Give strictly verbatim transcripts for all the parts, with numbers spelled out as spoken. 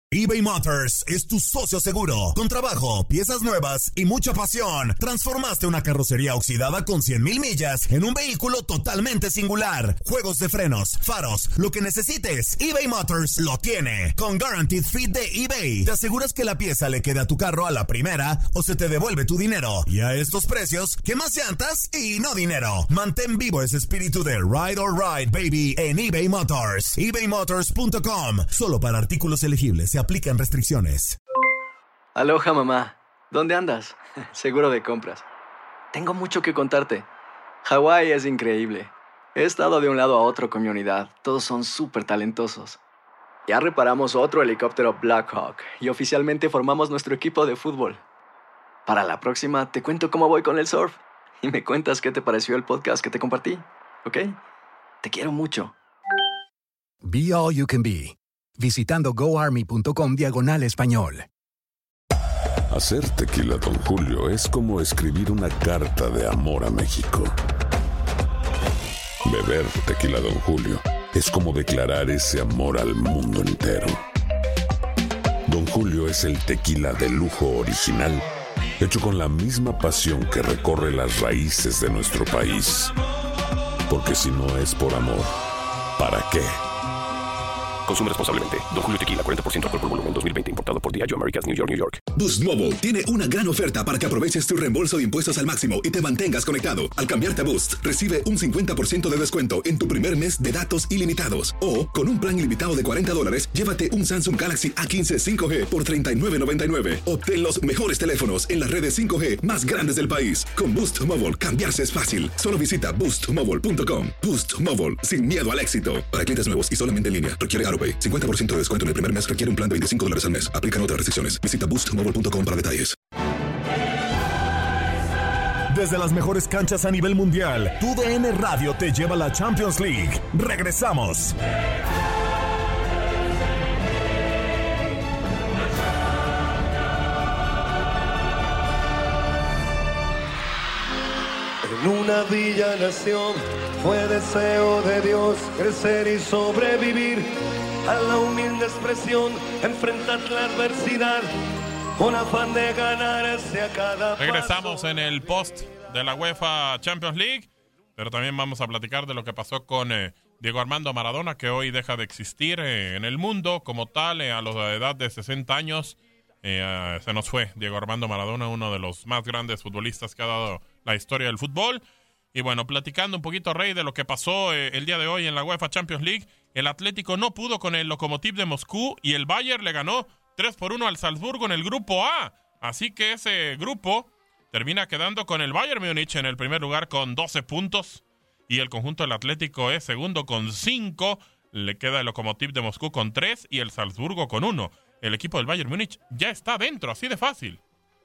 eBay Motors es tu socio seguro. Con trabajo, piezas nuevas y mucha pasión, transformaste una carrocería oxidada con cien mil millas en un vehículo totalmente singular. Juegos de frenos, faros, lo que necesites, eBay Motors lo tiene. Con Guaranteed Fit de eBay, te aseguras que la pieza le quede a tu carro a la primera o se te devuelve tu dinero. Y a estos precios, ¿qué más llantas y no dinero? Mantén vivo ese espíritu de Ride or Ride, baby, en eBay Motors. ebay motors punto com. Solo para artículos elegibles. Se aplican restricciones. Aloha, mamá. ¿Dónde andas? Seguro de compras. Tengo mucho que contarte. Hawái es increíble. He estado de un lado a otro con mi unidad. Todos son súper talentosos. Ya reparamos otro helicóptero Blackhawk y oficialmente formamos nuestro equipo de fútbol. Para la próxima te cuento cómo voy con el surf y me cuentas qué te pareció el podcast que te compartí, ¿ok? Te quiero mucho. Be All You Can Be. Visitando goarmy.com diagonal español. Hacer tequila Don Julio es como escribir una carta de amor a México. Beber tequila Don Julio es como declarar ese amor al mundo entero. Don Julio es el tequila de lujo original, hecho con la misma pasión que recorre las raíces de nuestro país. Porque si no es por amor, ¿para qué? Consume responsablemente. Don Julio Tequila, cuarenta por ciento alcohol por volumen, dos mil veinte. Importado por Diageo Americas, New York, New York. Boost Mobile tiene una gran oferta para que aproveches tu reembolso de impuestos al máximo y te mantengas conectado. Al cambiarte a Boost, recibe un cincuenta por ciento de descuento en tu primer mes de datos ilimitados. O, con un plan ilimitado de cuarenta dólares, llévate un Samsung Galaxy A quince cinco G por treinta y nueve noventa y nueve. Obtén los mejores teléfonos en las redes cinco G más grandes del país. Con Boost Mobile, cambiarse es fácil. Solo visita boost mobile punto com. Boost Mobile, sin miedo al éxito. Para clientes nuevos y solamente en línea, requiere AutoPay. cincuenta por ciento de descuento en el primer mes, requiere un plan de veinticinco dólares al mes. Aplican otras restricciones. Visita boost mobile punto com para detalles. Desde las mejores canchas a nivel mundial, tu D N Radio te lleva a la Champions League. Regresamos. En una villa nación fue deseo de Dios crecer y sobrevivir a la humilde expresión, enfrentar la adversidad con afán de ganarse a cada paso. Regresamos en el post de la UEFA Champions League, pero también vamos a platicar de lo que pasó con eh, Diego Armando Maradona, que hoy deja de existir eh, en el mundo como tal, eh, a la edad de sesenta años. Eh, uh, se nos fue Diego Armando Maradona, uno de los más grandes futbolistas que ha dado la historia del fútbol. Y bueno, platicando un poquito, Rey, de lo que pasó eh, el día de hoy en la UEFA Champions League, el Atlético no pudo con el Lokomotiv de Moscú y el Bayern le ganó tres por uno al Salzburgo en el grupo A. Así que ese grupo termina quedando con el Bayern Múnich en el primer lugar con doce puntos y el conjunto del Atlético es segundo con cinco. Le queda el Lokomotiv de Moscú con tres y el Salzburgo con uno. El equipo del Bayern Múnich ya está dentro, así de fácil.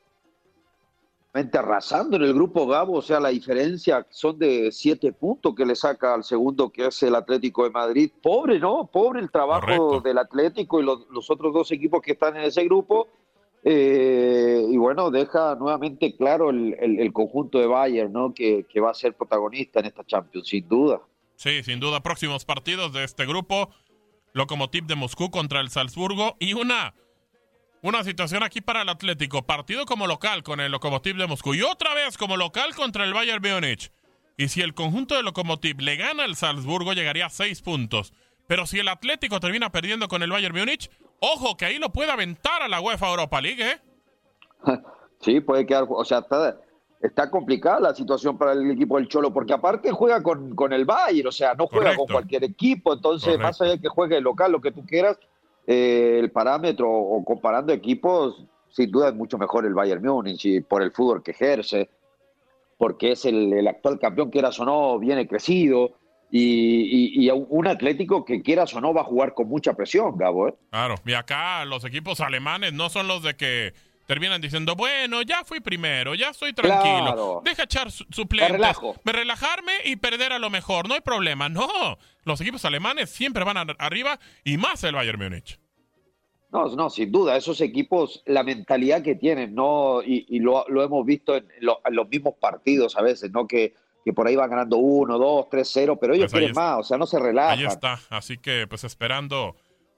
Arrasando en el grupo, Gabo, o sea, la diferencia son de siete puntos que le saca al segundo, que es el Atlético de Madrid. Pobre, ¿no? Pobre el trabajo Correcto. del Atlético y los, los otros dos equipos que están en ese grupo. Eh, y bueno, deja nuevamente claro el, el, el conjunto de Bayern, ¿no? Que, que va a ser protagonista en esta Champions, sin duda. Sí, sin duda. Próximos partidos de este grupo: Lokomotiv de Moscú contra el Salzburgo y una... Una situación aquí para el Atlético. Partido como local con el Lokomotiv de Moscú. Y otra vez como local contra el Bayern Múnich. Y si el conjunto de Lokomotiv le gana al Salzburgo, llegaría a seis puntos. Pero si el Atlético termina perdiendo con el Bayern Múnich, ojo que ahí lo puede aventar a la UEFA Europa League, ¿eh? Sí, puede quedar... O sea, está, está complicada la situación para el equipo del Cholo, porque aparte juega con, con el Bayern, o sea, no juega Correcto. con cualquier equipo. Entonces, Correcto. más allá de que juegue el local, lo que tú quieras... Eh, el parámetro o comparando equipos, sin duda es mucho mejor el Bayern Múnich y por el fútbol que ejerce, porque es el, el actual campeón, quieras o no, viene crecido y, y, y un Atlético que quieras o no va a jugar con mucha presión, Gabo, ¿eh? Claro, y acá los equipos alemanes no son los de que terminan diciendo, bueno, ya fui primero, ya estoy tranquilo, claro. deja echar su- suplentes, Me relajo. me relajarme y perder a lo mejor, no hay problema. No, los equipos alemanes siempre van a- arriba y más el Bayern Múnich. No, no, sin duda, esos equipos, la mentalidad que tienen, ¿no? Y, y lo, lo hemos visto en, lo, en los mismos partidos a veces, ¿no? Que, que por ahí van ganando uno, dos, tres, cero, pero ellos Pues ahí quieren está. más, o sea, no se relajan. Ahí está, así que pues esperando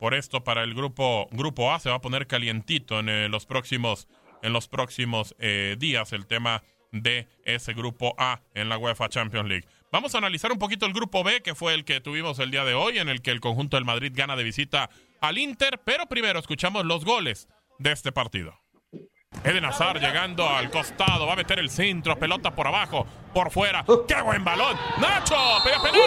por esto para el grupo grupo A. Se va a poner calientito en eh, los próximos, en los próximos eh, días el tema de ese grupo A en la UEFA Champions League. Vamos a analizar un poquito el grupo B, que fue el que tuvimos el día de hoy, en el que el conjunto del Madrid gana de visita al Inter, pero primero escuchamos los goles de este partido. Eden Hazard llegando al costado, va a meter el centro, pelota por abajo, por fuera. ¡Qué buen balón! ¡Nacho! ¡Pega penal,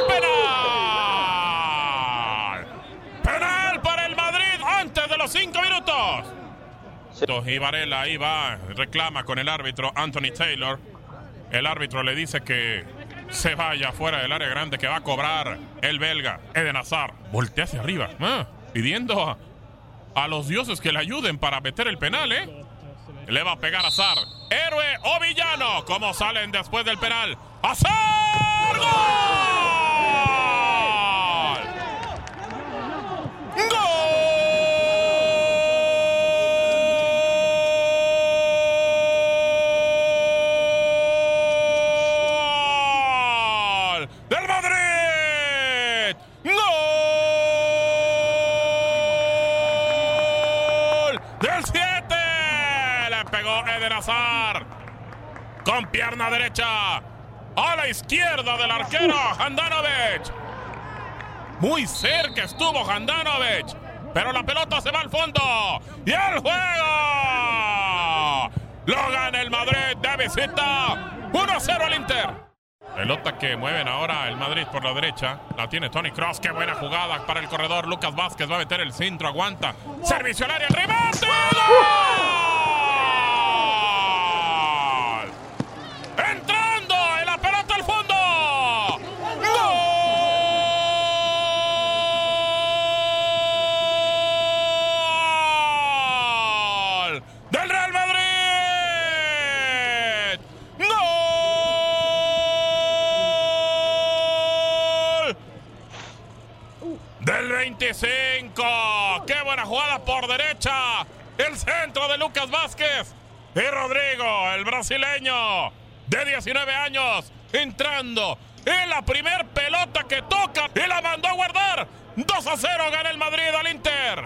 penal! ¡Penal para el Madrid antes de los cinco minutos! Y Varela ahí va, reclama con el árbitro Anthony Taylor. El árbitro le dice que se vaya fuera del área grande, que va a cobrar el belga Eden Hazard. Voltea hacia arriba, ¿eh? pidiendo a, a los dioses que le ayuden para meter el penal, ¿eh? Le va a pegar a Hazard. ¿Héroe o villano? ¿Cómo salen después del penal? ¡Hazard! ¡Gol! ¡Gol! ¡Del Madrid! ¡Gol! ¡Del siete! Le pegó Eden Hazard con pierna derecha a la izquierda del arquero Handanovic. Muy cerca estuvo Handanovic, pero la pelota se va al fondo y el juego lo gana el Madrid de visita uno a cero al Inter. Pelota que mueven ahora el Madrid por la derecha. La tiene Toni Kroos. Qué buena jugada para el corredor. Lucas Vázquez va a meter el centro. Aguanta. Servicio al área. El remate. ¡Gol! Entrando en la pelota al fondo. ¡Gol! Del Real Madrid. Del veinticinco. ¡Qué buena jugada por derecha! El centro de Lucas Vázquez. Y Rodrigo, el brasileño de diecinueve años, entrando en la primer pelota que toca y la mandó a guardar. dos a cero gana el Madrid al Inter.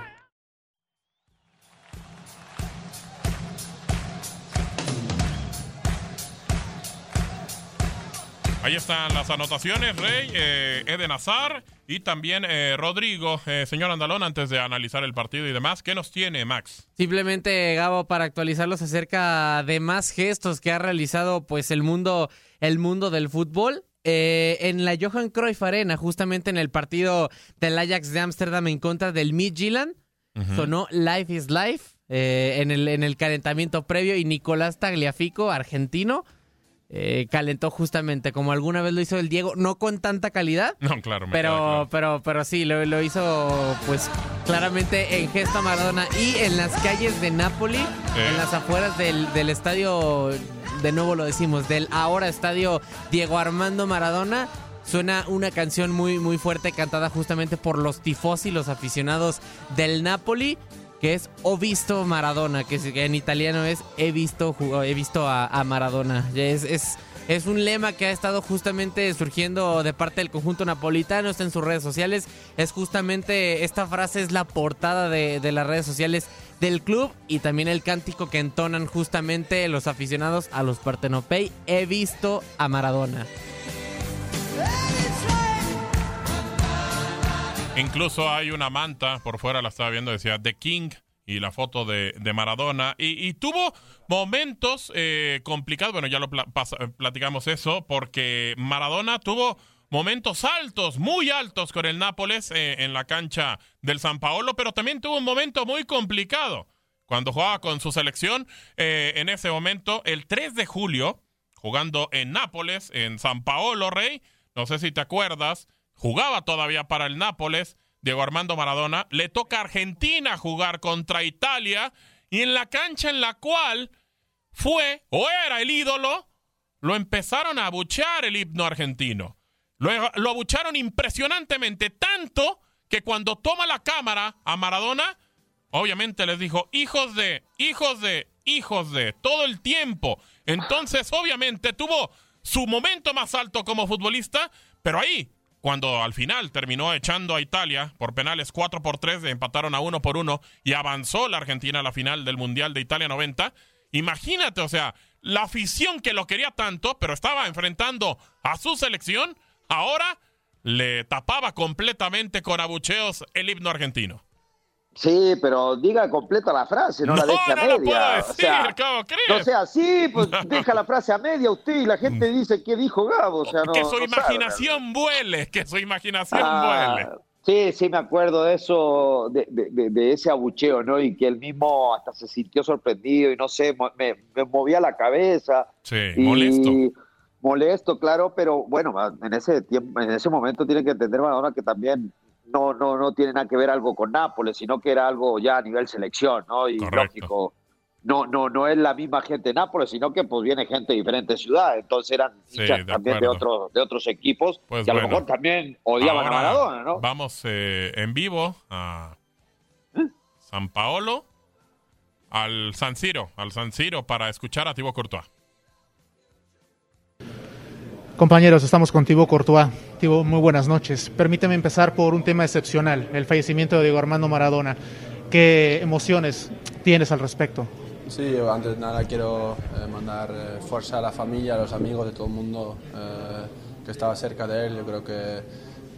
Ahí están las anotaciones, Rey, eh, Eden Hazard y también eh, Rodrigo. Eh, señor Andalón, antes de analizar el partido y demás, ¿qué nos tiene, Max? Simplemente, Gabo, para actualizarlos acerca de más gestos que ha realizado pues el mundo, el mundo del fútbol. Eh, en la Johan Cruyff Arena, justamente en el partido del Ajax de Ámsterdam en contra del Midtjylland, uh-huh. sonó Life is Life eh, en, el, en el calentamiento previo y Nicolás Tagliafico, argentino, Eh, calentó justamente como alguna vez lo hizo el Diego, no con tanta calidad, no, claro, me pero, claro. pero, pero sí, lo, lo hizo pues claramente en gesto a Maradona. Y en las calles de Nápoli, sí. en las afueras del, del estadio, de nuevo lo decimos, del ahora estadio Diego Armando Maradona, suena una canción muy, muy fuerte cantada justamente por los tifosi, los aficionados del Napoli, que es Ho visto Maradona, que en italiano es he visto he visto a, a Maradona. Es, es, es un lema que ha estado justamente surgiendo de parte del conjunto napolitano, está en sus redes sociales. Es justamente, esta frase es la portada de, de las redes sociales del club y también el cántico que entonan justamente los aficionados a los Partenopei. He visto a Maradona. Incluso hay una manta, por fuera la estaba viendo, decía The King y la foto de, de Maradona. Y, y tuvo momentos eh, complicados, bueno, ya lo pl- pas- platicamos eso, porque Maradona tuvo momentos altos, muy altos con el Nápoles eh, en la cancha del San Paolo, pero también tuvo un momento muy complicado cuando jugaba con su selección. Eh, en ese momento, el tres de julio, jugando en Nápoles, en San Paolo, Rey, no sé si te acuerdas, jugaba todavía para el Nápoles, Diego Armando Maradona. Le toca a Argentina jugar contra Italia y en la cancha en la cual fue o era el ídolo, lo empezaron a abuchear el himno argentino. Lo, lo abucharon impresionantemente, tanto que cuando toma la cámara a Maradona, obviamente les dijo, hijos de, hijos de, hijos de, todo el tiempo. Entonces, obviamente, tuvo su momento más alto como futbolista, pero ahí cuando al final terminó echando a Italia por penales cuatro por tres, empataron a uno por uno y avanzó la Argentina a la final del Mundial de Italia noventa. Imagínate, o sea, la afición que lo quería tanto, pero estaba enfrentando a su selección, ahora le tapaba completamente con abucheos el himno argentino. Sí, pero diga completa la frase, no, no la deje no a media. Lo puedo decir, o sea, ¿cómo crees? No sea así, pues deja la frase a media usted y la gente dice ¿qué dijo Gabo? O sea, no, que su no imaginación sabe. vuele, que su imaginación ah, vuele. Sí, sí, me acuerdo de eso, de, de, de, de ese abucheo, ¿no? Y que él mismo hasta se sintió sorprendido y no sé, me, me movía la cabeza. Sí, y... molesto. Molesto, claro, pero bueno, en ese tiempo, en ese momento tiene que entender Maradona que también no, no, no tiene nada que ver algo con Nápoles, sino que era algo ya a nivel selección, ¿no? Y correcto. Lógico, no, no, no es la misma gente de Nápoles, sino que pues viene gente de diferentes ciudades, entonces eran sí, hinchas de también de otros, de otros equipos, pues que a bueno, lo mejor también odiaban a Maradona, ¿no? Vamos eh, en vivo a San Paolo, al San Siro, al San Siro para escuchar a Thibaut Courtois. Compañeros, estamos con Thibaut Courtois. Thibaut, muy buenas noches. Permíteme empezar por un tema excepcional, el fallecimiento de Diego Armando Maradona. ¿Qué emociones tienes al respecto? Sí, yo antes de nada quiero eh, mandar eh, fuerza a la familia, a los amigos de todo el mundo eh, que estaba cerca de él. Yo creo que eh,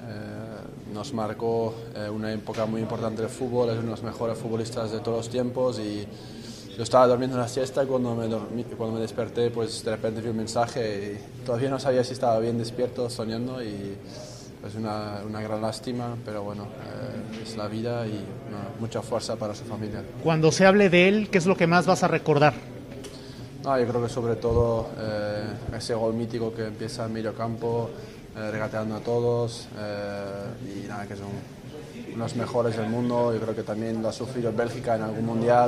nos marcó eh, una época muy importante del fútbol, es uno de los mejores futbolistas de todos los tiempos y yo estaba durmiendo una siesta y cuando me, dormí, cuando me desperté, pues de repente vi un mensaje y todavía no sabía si estaba bien despierto, soñando y es una, una gran lástima, pero bueno, eh, es la vida y no, mucha fuerza para su familia. Cuando se hable de él, ¿qué es lo que más vas a recordar? No, yo creo que sobre todo eh, ese gol mítico que empieza en medio campo, eh, regateando a todos eh, y nada, que son los mejores del mundo. Yo creo que también lo ha sufrido Bélgica en algún mundial.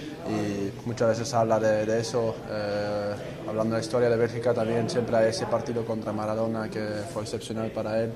Y muchas veces habla de, de eso, eh, hablando de la historia de Bélgica también siempre hay ese partido contra Maradona que fue excepcional para él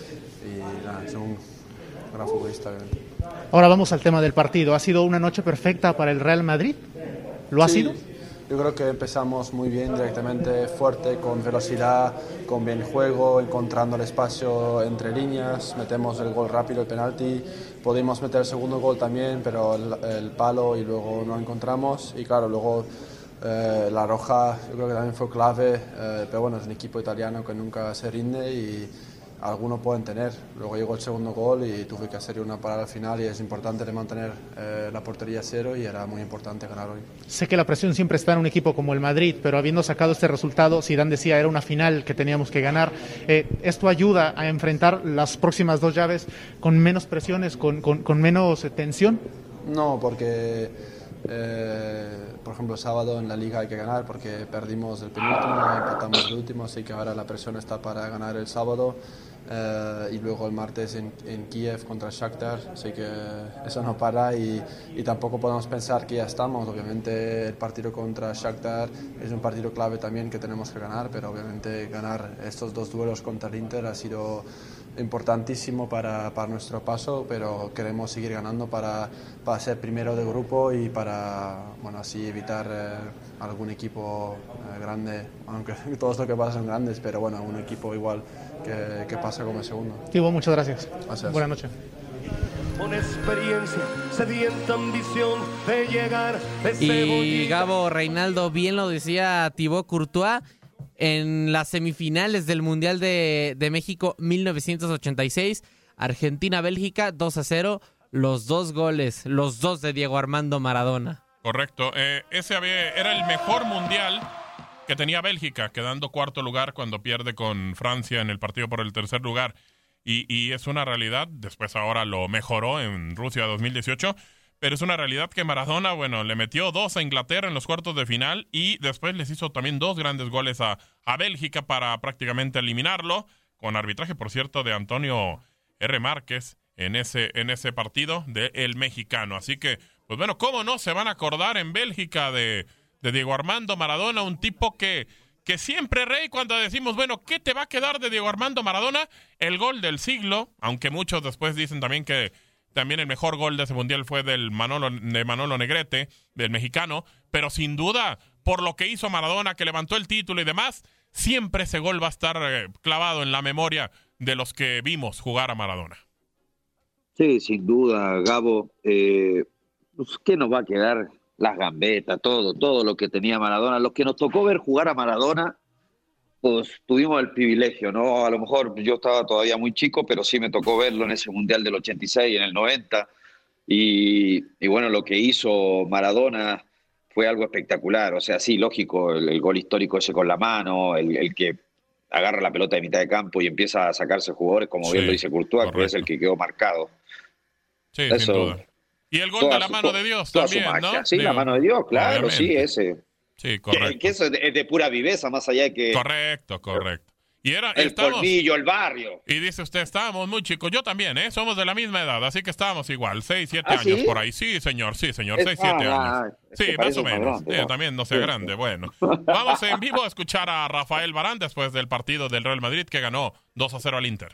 y nada, es un gran futbolista. Ahora vamos al tema del partido. ¿Ha sido una noche perfecta para el Real Madrid? ¿Lo ha sí, sido? Yo creo que empezamos muy bien, directamente fuerte, con velocidad, con bien juego, encontrando el espacio entre líneas, metemos el gol rápido, el penalti, pudimos meter el segundo gol también, pero el, el palo y luego no encontramos y claro, luego eh, la roja yo creo que también fue clave, eh, pero bueno, es un equipo italiano que nunca se rinde y algunos pueden tener. Luego llegó el segundo gol y tuve que hacer una parada al final y es importante de mantener eh, la portería a cero y era muy importante ganar hoy. Sé que la presión siempre está en un equipo como el Madrid, pero habiendo sacado este resultado, Zidane decía era una final que teníamos que ganar. Eh, ¿Esto ayuda a enfrentar las próximas dos llaves con menos presiones, con, con, con menos tensión? No, porque Eh, por ejemplo, el sábado en la Liga hay que ganar porque perdimos el penúltimo, empatamos el último, así que ahora la presión está para ganar el sábado eh, y luego el martes en, en Kiev contra Shakhtar, así que eso no para y, y tampoco podemos pensar que ya estamos. Obviamente el partido contra Shakhtar es un partido clave también que tenemos que ganar, pero obviamente ganar estos dos duelos contra el Inter ha sido importantísimo para, para nuestro paso, pero queremos seguir ganando para, para ser primero de grupo y para, bueno, así evitar eh, algún equipo eh, grande, aunque todos los que pasan son grandes, pero bueno, un equipo igual que, que pasa como el segundo. Thibaut, muchas gracias. Gracias. Buenas noches. Con experiencia, sedienta ambición de llegar. Y Gabo Reinaldo, bien lo decía Thibaut Courtois, en las semifinales del Mundial de, de México mil novecientos ochenta y seis, Argentina-Bélgica dos a cero, los dos goles, los dos de Diego Armando Maradona. Correcto, eh, ese había, era el mejor mundial que tenía Bélgica, quedando cuarto lugar cuando pierde con Francia en el partido por el tercer lugar. Y, y es una realidad, después ahora lo mejoró en Rusia dos mil dieciocho, pero es una realidad que Maradona, bueno, le metió dos a Inglaterra en los cuartos de final y después les hizo también dos grandes goles a, a Bélgica para prácticamente eliminarlo, con arbitraje, por cierto, de Antonio R. Márquez en ese, en ese partido de el mexicano. Así que, pues bueno, ¿cómo no se van a acordar en Bélgica de, de Diego Armando Maradona? Un tipo que, que siempre rey cuando decimos, bueno, ¿qué te va a quedar de Diego Armando Maradona? El gol del siglo, aunque muchos después dicen también que también el mejor gol de ese mundial fue del Manolo, de Manolo Negrete, del mexicano, pero sin duda, por lo que hizo Maradona, que levantó el título y demás, siempre ese gol va a estar eh, clavado en la memoria de los que vimos jugar a Maradona. Sí, sin duda, Gabo. Eh, pues, ¿qué nos va a quedar? Las gambetas, todo, todo lo que tenía Maradona. Los que nos tocó ver jugar a Maradona, pues tuvimos el privilegio, ¿no? A lo mejor yo estaba todavía muy chico, pero sí me tocó verlo en ese Mundial del ochenta y seis, en el noventa. Y, y bueno, lo que hizo Maradona fue algo espectacular. O sea, sí, lógico, el, el gol histórico ese con la mano, el, el que agarra la pelota de mitad de campo y empieza a sacarse jugadores, como sí, bien lo dice Courtois, correcto, que es el que quedó marcado. Sí, Eso, sin duda. Y el gol de la su, mano de Dios también, ¿no? Sí, Digo, la mano de Dios, claro, obviamente. Sí, ese. Sí, correcto. Que, que eso es de, es de pura viveza, más allá de que... Correcto, correcto. Y era, el estábamos, colmillo, el barrio. Y dice usted, estábamos muy chicos. Yo también, ¿eh? Somos de la misma edad, así que estábamos igual. Seis, siete ¿Ah, años sí? por ahí. Sí, señor, sí, señor. Es, Seis, siete ah, años. Sí, más o menos. Grande, ¿no? Eh, también no sea sí. grande, bueno. Vamos en vivo a escuchar a Rafael Varane después del partido del Real Madrid que ganó dos a cero al Inter.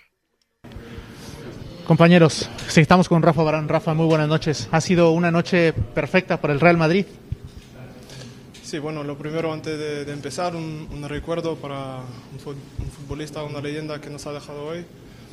Compañeros, sí, estamos con Rafa Varane. Rafa, muy buenas noches. Ha sido una noche perfecta para el Real Madrid. Sí, bueno, lo primero antes de, de empezar, un, un recuerdo para un, un futbolista, una leyenda que nos ha dejado hoy,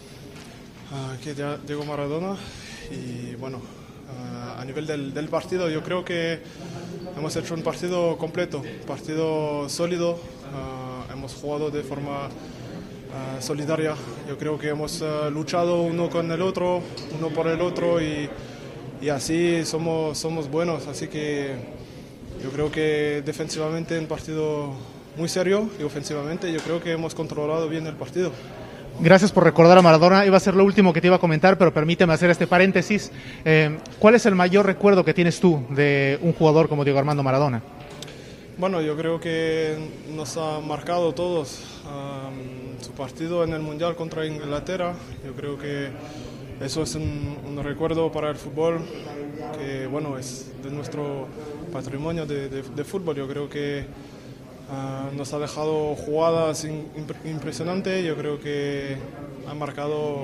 uh, que ya Diego Maradona. Y bueno, uh, a nivel del, del partido, yo creo que hemos hecho un partido completo, partido sólido, uh, hemos jugado de forma uh, solidaria. Yo creo que hemos uh, luchado uno con el otro, uno por el otro y, y así somos, somos buenos, así que... Yo creo que defensivamente un partido muy serio y ofensivamente yo creo que hemos controlado bien el partido. Gracias por recordar a Maradona. Iba a ser lo último que te iba a comentar, pero permíteme hacer este paréntesis. Eh, ¿Cuál es el mayor recuerdo que tienes tú de un jugador como Diego Armando Maradona? Bueno, yo creo que nos ha marcado a todos um, su partido en el Mundial contra Inglaterra. Yo creo que eso es un, un recuerdo para el fútbol que, bueno, es de nuestro patrimonio de, de, de fútbol. Yo creo que uh, nos ha dejado jugadas in, impresionantes. Yo creo que ha marcado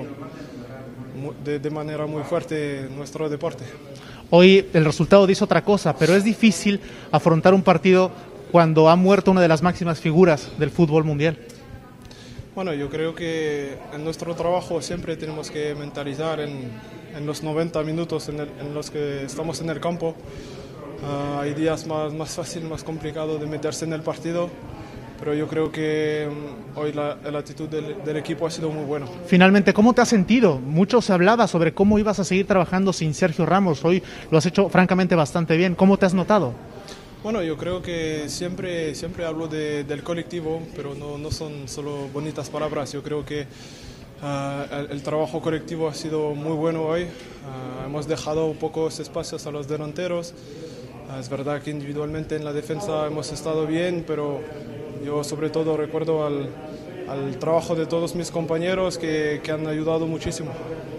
de, de manera muy fuerte nuestro deporte. Hoy el resultado dice otra cosa, pero es difícil afrontar un partido cuando ha muerto una de las máximas figuras del fútbol mundial. Bueno, yo creo que en nuestro trabajo siempre tenemos que mentalizar en, en los noventa minutos en, el, en los que estamos en el campo. Uh, hay días más, más fáciles, más complicados de meterse en el partido, pero yo creo que um, hoy la, la actitud del, del equipo ha sido muy buena. Finalmente, ¿cómo te has sentido? Mucho se hablaba sobre cómo ibas a seguir trabajando sin Sergio Ramos. Hoy lo has hecho francamente bastante bien. ¿Cómo te has notado? Bueno, yo creo que siempre, siempre hablo de, del colectivo, pero no, no son solo bonitas palabras. Yo creo que uh, el, el trabajo colectivo ha sido muy bueno hoy. Uh, hemos dejado pocos espacios a los delanteros. Uh, es verdad que individualmente en la defensa hemos estado bien, pero yo sobre todo recuerdo al, al trabajo de todos mis compañeros que, que han ayudado muchísimo.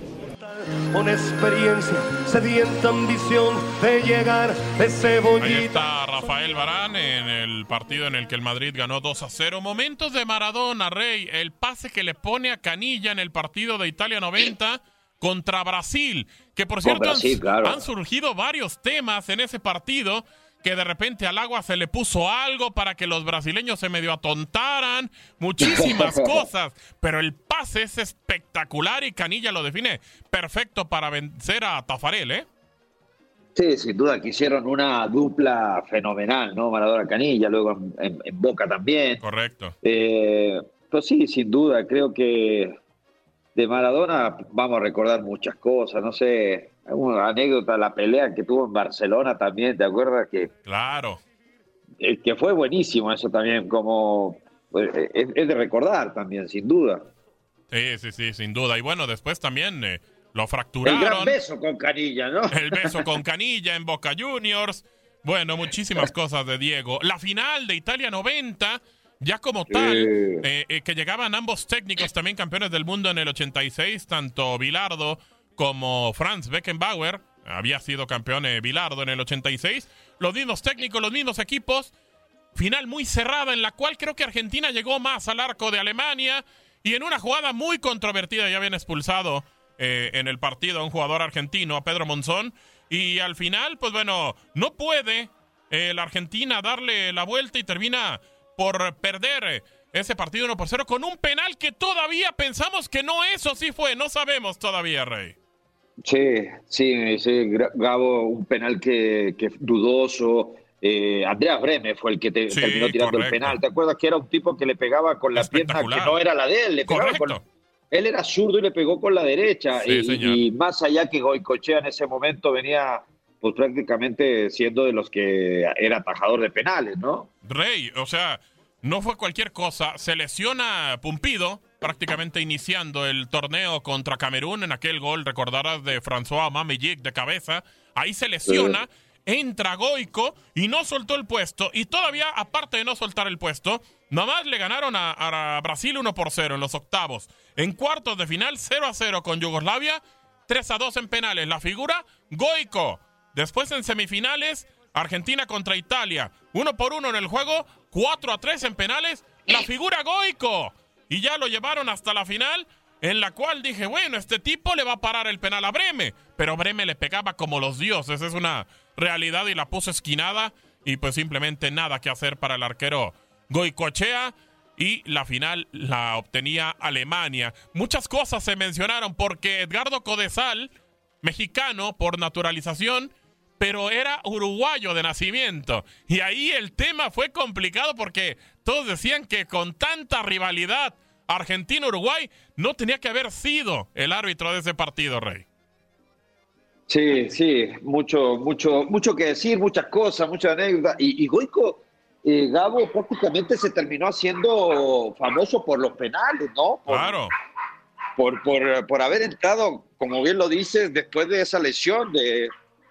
Con experiencia, sedienta ambición de llegar de cebollita. Ahí está Rafael Varane en el partido en el que el Madrid ganó dos a cero. Momentos de Maradona, Rey. El pase que le pone a Canilla en el partido de Italia noventa contra Brasil. Que por cierto Brasil, han, claro. han surgido varios temas en ese partido. Que de repente al agua se le puso algo para que los brasileños se medio atontaran, muchísimas cosas, pero el pase es espectacular y Canilla lo define perfecto para vencer a Taffarel, ¿eh? Sí, sin duda que hicieron una dupla fenomenal, ¿no? Maradona-Canilla, luego en, en, en Boca también. Correcto. Eh, pues sí, sin duda, creo que de Maradona vamos a recordar muchas cosas, no sé... Una anécdota, la pelea que tuvo en Barcelona también, ¿te acuerdas? Que, claro. Eh, que fue buenísimo eso también, como eh, es, es de recordar también, sin duda. Sí, sí, sí, sin duda. Y bueno, después también eh, lo fracturaron. El gran beso con Canilla, ¿no? El beso con Canilla en Boca Juniors. Bueno, muchísimas cosas de Diego. La final de Italia noventa, ya como tal, eh. Eh, eh, que llegaban ambos técnicos también campeones del mundo en el ochenta y seis, tanto Bilardo como Franz Beckenbauer, había sido campeón eh, Bilardo en el ochenta y seis, los mismos técnicos, los mismos equipos, final muy cerrada en la cual creo que Argentina llegó más al arco de Alemania y en una jugada muy controvertida ya habían expulsado eh, en el partido a un jugador argentino, a Pedro Monzón, y al final, pues bueno, no puede eh, la Argentina darle la vuelta y termina por perder ese partido uno por cero con un penal que todavía pensamos que no es o sí fue. No sabemos todavía, Rey. Sí, sí, sí, Gabo, un penal que, que dudoso. Eh, Andreas Breme fue el que te, sí, terminó tirando correcto. el penal. ¿Te acuerdas que era un tipo que le pegaba con la pierna que no era la de él? Le pegaba con, él era zurdo y le pegó con la derecha. Sí, y, y más allá que Goicoechea en ese momento venía pues prácticamente siendo de los que era atajador de penales, ¿no? Rey, o sea, no fue cualquier cosa. Se lesiona Pumpido, prácticamente iniciando el torneo contra Camerún en aquel gol, recordarás, de François Mamellic de cabeza. Ahí se lesiona, sí. entra Goico y no soltó el puesto. Y todavía, aparte de no soltar el puesto, nomás le ganaron a, a Brasil uno por cero en los octavos. En cuartos de final, cero a cero con Yugoslavia, tres a dos en penales. La figura, Goico. Después en semifinales, Argentina contra Italia. Uno por uno en el juego, cuatro a tres en penales. La figura Goico. Y ya lo llevaron hasta la final, en la cual dije, bueno, este tipo le va a parar el penal a Breme. Pero Breme le pegaba como los dioses. Es una realidad y la puso esquinada. Y pues simplemente nada que hacer para el arquero Goicoechea. Y la final la obtenía Alemania. Muchas cosas se mencionaron porque Edgardo Codesal, mexicano por naturalización, pero era uruguayo de nacimiento. Y ahí el tema fue complicado porque todos decían que con tanta rivalidad Argentina-Uruguay no tenía que haber sido el árbitro de ese partido, Rey. Sí, sí, mucho, mucho, mucho que decir, muchas cosas, muchas anécdotas. Y, y Goico, eh, Gabo, prácticamente se terminó haciendo famoso por los penales, ¿no? Por, claro. Por, por, por haber entrado, como bien lo dices, después de esa lesión de...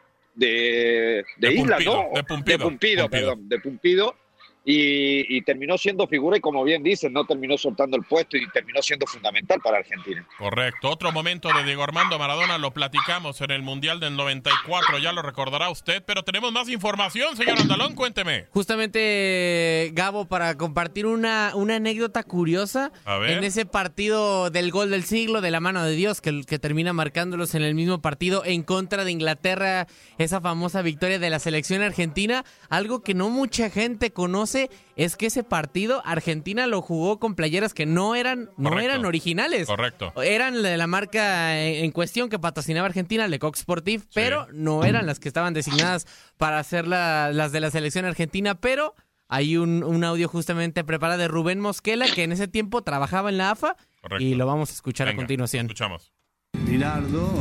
de, de, de Isla, Pumpido, ¿no? De Pumpido. De Pumpido, Pumpido. perdón, de Pumpido. Y, y terminó siendo figura y, como bien dicen, no terminó soltando el puesto y terminó siendo fundamental para Argentina. Correcto. Otro momento de Diego Armando Maradona lo platicamos en el Mundial del noventa y cuatro, ya lo recordará usted, pero tenemos más información, señor Andalón, cuénteme. Justamente, Gabo, para compartir una, una anécdota curiosa en ese partido del gol del siglo, de la mano de Dios, que, que termina marcándolos en el mismo partido en contra de Inglaterra, esa famosa victoria de la selección argentina. Algo que no mucha gente conoce es que ese partido Argentina lo jugó con playeras que no eran, no Correcto. eran originales. Correcto. Eran de la marca en cuestión que patrocinaba Argentina, Lecoq Sportif, sí. pero no eran las que estaban designadas para hacer la, las de la selección argentina. Pero hay un, un audio justamente preparado de Rubén Mosquela, que en ese tiempo trabajaba en la A F A. Correcto. Y lo vamos a escuchar Venga, a continuación. Escuchamos. Bilardo,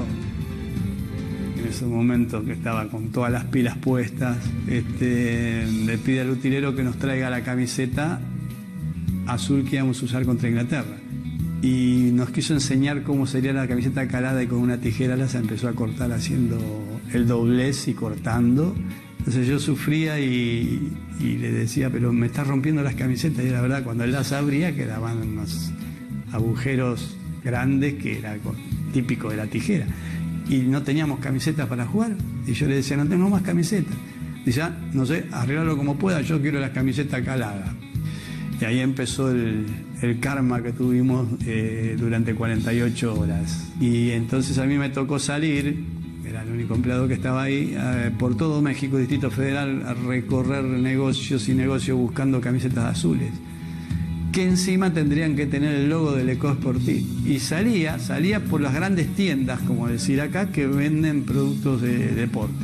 en ese momento que estaba con todas las pilas puestas, este, le pide al utilero que nos traiga la camiseta azul que íbamos a usar contra Inglaterra. Y nos quiso enseñar cómo sería la camiseta calada y con una tijera las empezó a cortar haciendo el doblez y cortando. Entonces yo sufría y, y le decía, pero me estás rompiendo las camisetas. Y la verdad, cuando él las abría quedaban unos agujeros grandes que era típico de la tijera. Y no teníamos camisetas para jugar. Y yo le decía, no tengo más camisetas. Dice, ah, no sé, arreglarlo como pueda, yo quiero las camisetas caladas. Y ahí empezó el, el karma que tuvimos eh, durante cuarenta y ocho horas. Y entonces a mí me tocó salir, era el único empleado que estaba ahí, eh, por todo México, Distrito Federal, a recorrer negocios y negocios buscando camisetas azules, que encima tendrían que tener el logo del Lecoq Sportif. Y salía, salía por las grandes tiendas, como decir acá, que venden productos de deportes.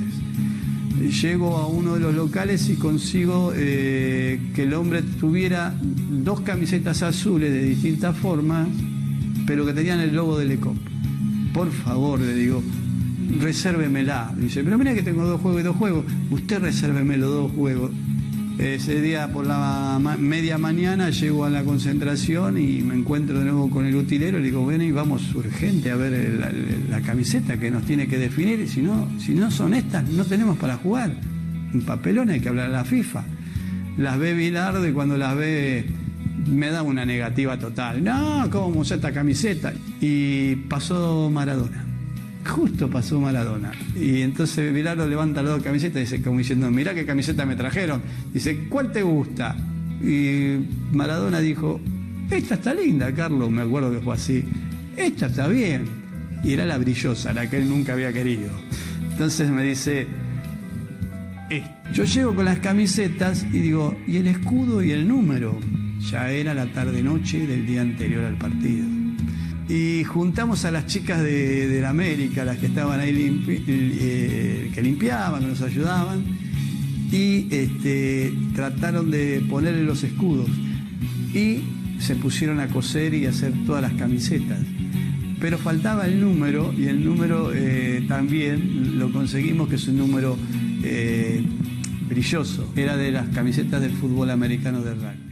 Llego a uno de los locales y consigo eh, que el hombre tuviera dos camisetas azules de distintas formas, pero que tenían el logo del Lecoq. Por favor, le digo, resérvemela. Dice, pero mira que tengo dos juegos y dos juegos. Usted resérveme los dos juegos. Ese día por la ma- media mañana llego a la concentración y me encuentro de nuevo con el utilero y le digo, ven y vamos urgente a ver el, la, la camiseta que nos tiene que definir, y si no, si no son estas, no tenemos para jugar. Un papelón, hay que hablar a la FIFA. Las ve Bilardo y cuando las ve me da una negativa total. No, ¿cómo vamos a esta camiseta? Y pasó Maradona. Justo pasó Maradona. Y entonces Bilardo levanta las dos camisetas y dice, como diciendo, mirá qué camiseta me trajeron. Dice, ¿cuál te gusta? Y Maradona dijo, esta está linda, Carlos, me acuerdo que fue así. Esta está bien. Y era la brillosa, la que él nunca había querido. Entonces me dice, eh, yo llego con las camisetas y digo, ¿y el escudo y el número? Ya era la tarde-noche del día anterior al partido. Y juntamos a las chicas de, de la América, las que estaban ahí, limpi, eh, que limpiaban, que nos ayudaban, y este, trataron de ponerle los escudos. Y se pusieron a coser y a hacer todas las camisetas. Pero faltaba el número, y el número eh, también lo conseguimos, que es un número eh, brilloso. Era de las camisetas del fútbol americano de rugby.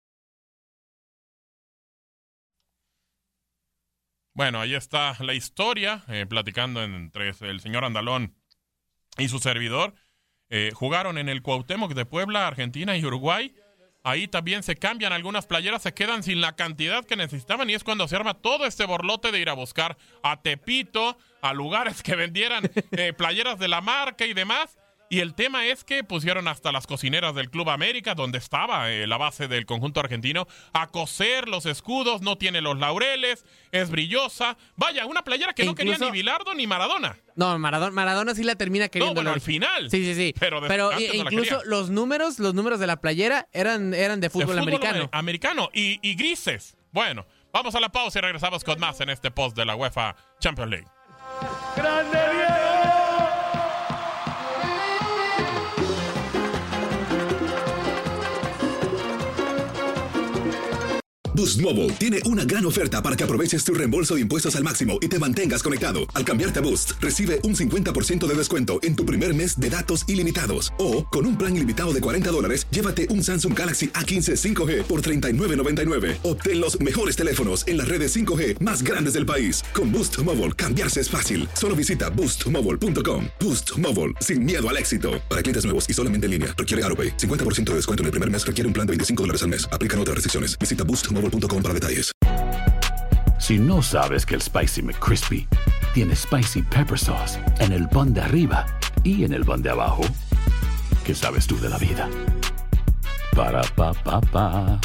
Bueno, ahí está la historia, eh, platicando entre el señor Andalón y su servidor. Eh, jugaron en el Cuauhtémoc de Puebla, Argentina y Uruguay. Ahí también se cambian algunas playeras, se quedan sin la cantidad que necesitaban y es cuando se arma todo este borlote de ir a buscar a Tepito, a lugares que vendieran eh, playeras de la marca y demás. Y el tema es que pusieron hasta las cocineras del Club América, donde estaba eh, la base del conjunto argentino, a coser los escudos. No tiene los laureles, es brillosa. Vaya, una playera que e no incluso... quería ni Bilardo ni Maradona. No, Maradona, Maradona sí la termina queriendo. No, bueno, al final. Sí, sí, sí. Pero, pero i- no incluso los números, los números de la playera eran, eran de fútbol, de fútbol americano. Americano y, y grises. Bueno, vamos a la pausa y regresamos con más en este post de la UEFA Champions League. ¡Grande Diego! Boost Mobile tiene una gran oferta para que aproveches tu reembolso de impuestos al máximo y te mantengas conectado. Al cambiarte a Boost, recibe un cincuenta por ciento de descuento en tu primer mes de datos ilimitados. O, con un plan ilimitado de cuarenta dólares, llévate un Samsung Galaxy A quince cinco G por treinta y nueve noventa y nueve. Obtén los mejores teléfonos en las redes cinco G más grandes del país. Con Boost Mobile, cambiarse es fácil. Solo visita boost mobile punto com. Boost Mobile, sin miedo al éxito. Para clientes nuevos y solamente en línea, requiere AroPay. cincuenta por ciento de descuento en el primer mes requiere un plan de veinticinco dólares al mes. Aplican otras restricciones. Visita boost mobile punto com para detalles. Si no sabes que el Spicy McCrispy tiene Spicy Pepper Sauce en el pan de arriba y en el pan de abajo, ¿qué sabes tú de la vida? Para, pa, pa, pa.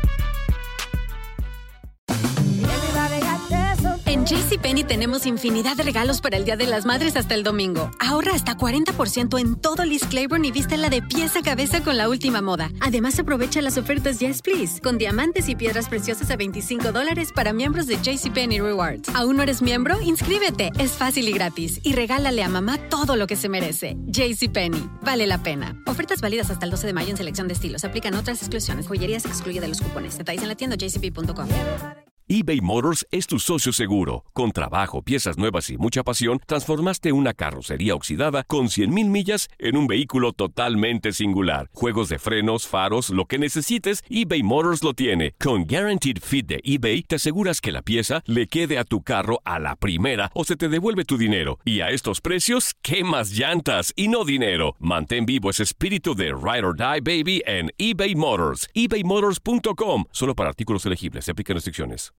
En JCPenney tenemos infinidad de regalos para el Día de las Madres hasta el domingo. Ahorra hasta cuarenta por ciento en todo Liz Claiborne y vístela de pies a cabeza con la última moda. Además, aprovecha las ofertas Yes Please, con diamantes y piedras preciosas a veinticinco dólares para miembros de JCPenney Rewards. ¿Aún no eres miembro? Inscríbete. Es fácil y gratis. Y regálale a mamá todo lo que se merece. JCPenney. Vale la pena. Ofertas válidas hasta el doce de mayo en selección de estilos. Aplican otras exclusiones. Joyería se excluye de los cupones. Detalles en la tienda j c p punto com. eBay Motors es tu socio seguro. Con trabajo, piezas nuevas y mucha pasión, transformaste una carrocería oxidada con cien mil millas en un vehículo totalmente singular. Juegos de frenos, faros, lo que necesites, eBay Motors lo tiene. Con Guaranteed Fit de eBay, te aseguras que la pieza le quede a tu carro a la primera o se te devuelve tu dinero. Y a estos precios, ¿qué más llantas y no dinero? Mantén vivo ese espíritu de Ride or Die, baby, en eBay Motors. ebay motors punto com. Solo para artículos elegibles. Se aplican restricciones.